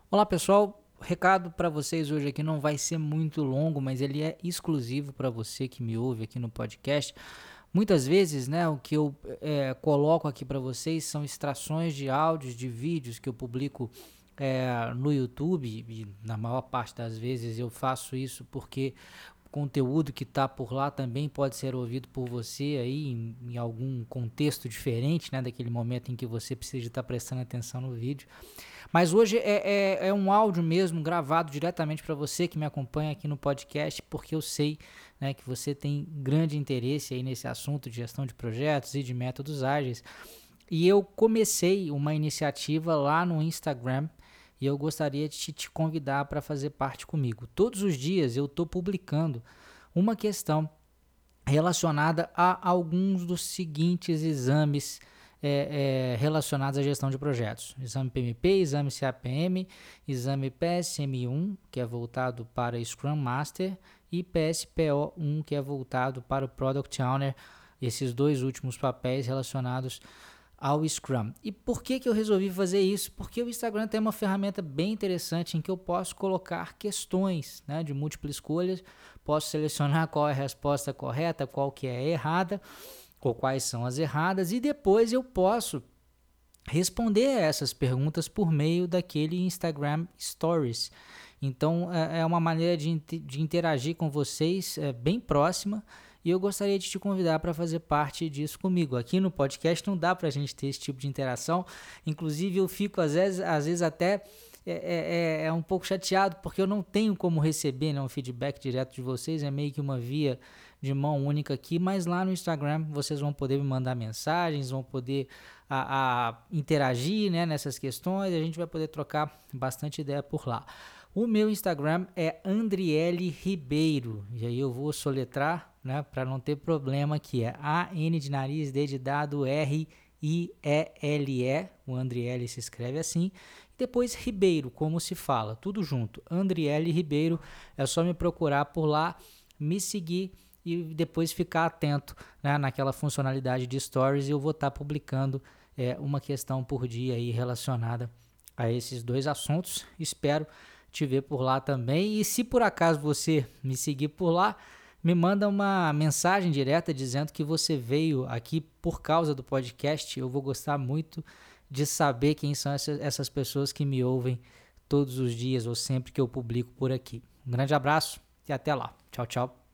Olá pessoal, recado para vocês hoje aqui não vai ser muito longo, mas ele é exclusivo para você que me ouve aqui no podcast. Muitas vezes, né, o que eu coloco aqui para vocês são extrações de áudios, de vídeos que eu publico no YouTube, e na maior parte das vezes eu faço isso porque o conteúdo que está por lá também pode ser ouvido por você aí em algum contexto diferente, né, daquele momento em que você precisa estar prestando atenção no vídeo. Mas hoje é um áudio mesmo gravado diretamente para você que me acompanha aqui no podcast, porque eu sei, né, que você tem grande interesse aí nesse assunto de gestão de projetos e de métodos ágeis. E eu comecei uma iniciativa lá no Instagram e eu gostaria de te convidar para fazer parte comigo. Todos os dias eu estou publicando uma questão relacionada a alguns dos seguintes exames relacionados à gestão de projetos: exame PMP, exame CAPM, exame PSM1, que é voltado para Scrum Master, e PSPO1, que é voltado para o Product Owner, esses dois últimos papéis relacionados ao Scrum. E por que eu resolvi fazer isso? Porque o Instagram tem uma ferramenta bem interessante em que eu posso colocar questões, né, de múltipla escolha, posso selecionar qual é a resposta correta, qual que é a errada, ou quais são as erradas, e depois eu posso responder a essas perguntas por meio daquele Instagram Stories. Então é uma maneira de interagir com vocês bem próxima, e eu gostaria de te convidar para fazer parte disso comigo. Aqui no podcast não dá para a gente ter esse tipo de interação, inclusive eu fico às vezes até um pouco chateado, porque eu não tenho como receber, né, um feedback direto de vocês, é meio que uma via de mão única aqui, mas lá no Instagram vocês vão poder me mandar mensagens, vão poder interagir, né, nessas questões, e a gente vai poder trocar bastante ideia por lá. O meu Instagram é Andriele Ribeiro, e aí eu vou soletrar, né, para não ter problema, que é A-N de nariz, D de dado, R-I-E-L-E, o Andriele se escreve assim, e depois Ribeiro, como se fala, tudo junto, Andriele Ribeiro, é só me procurar por lá, me seguir e depois ficar atento, né, naquela funcionalidade de stories, e eu vou estar publicando uma questão por dia aí relacionada a esses dois assuntos. Espero te ver por lá também, e se por acaso você me seguir por lá, me manda uma mensagem direta dizendo que você veio aqui por causa do podcast. Eu vou gostar muito de saber quem são essas pessoas que me ouvem todos os dias ou sempre que eu publico por aqui. Um grande abraço e até lá. Tchau, tchau.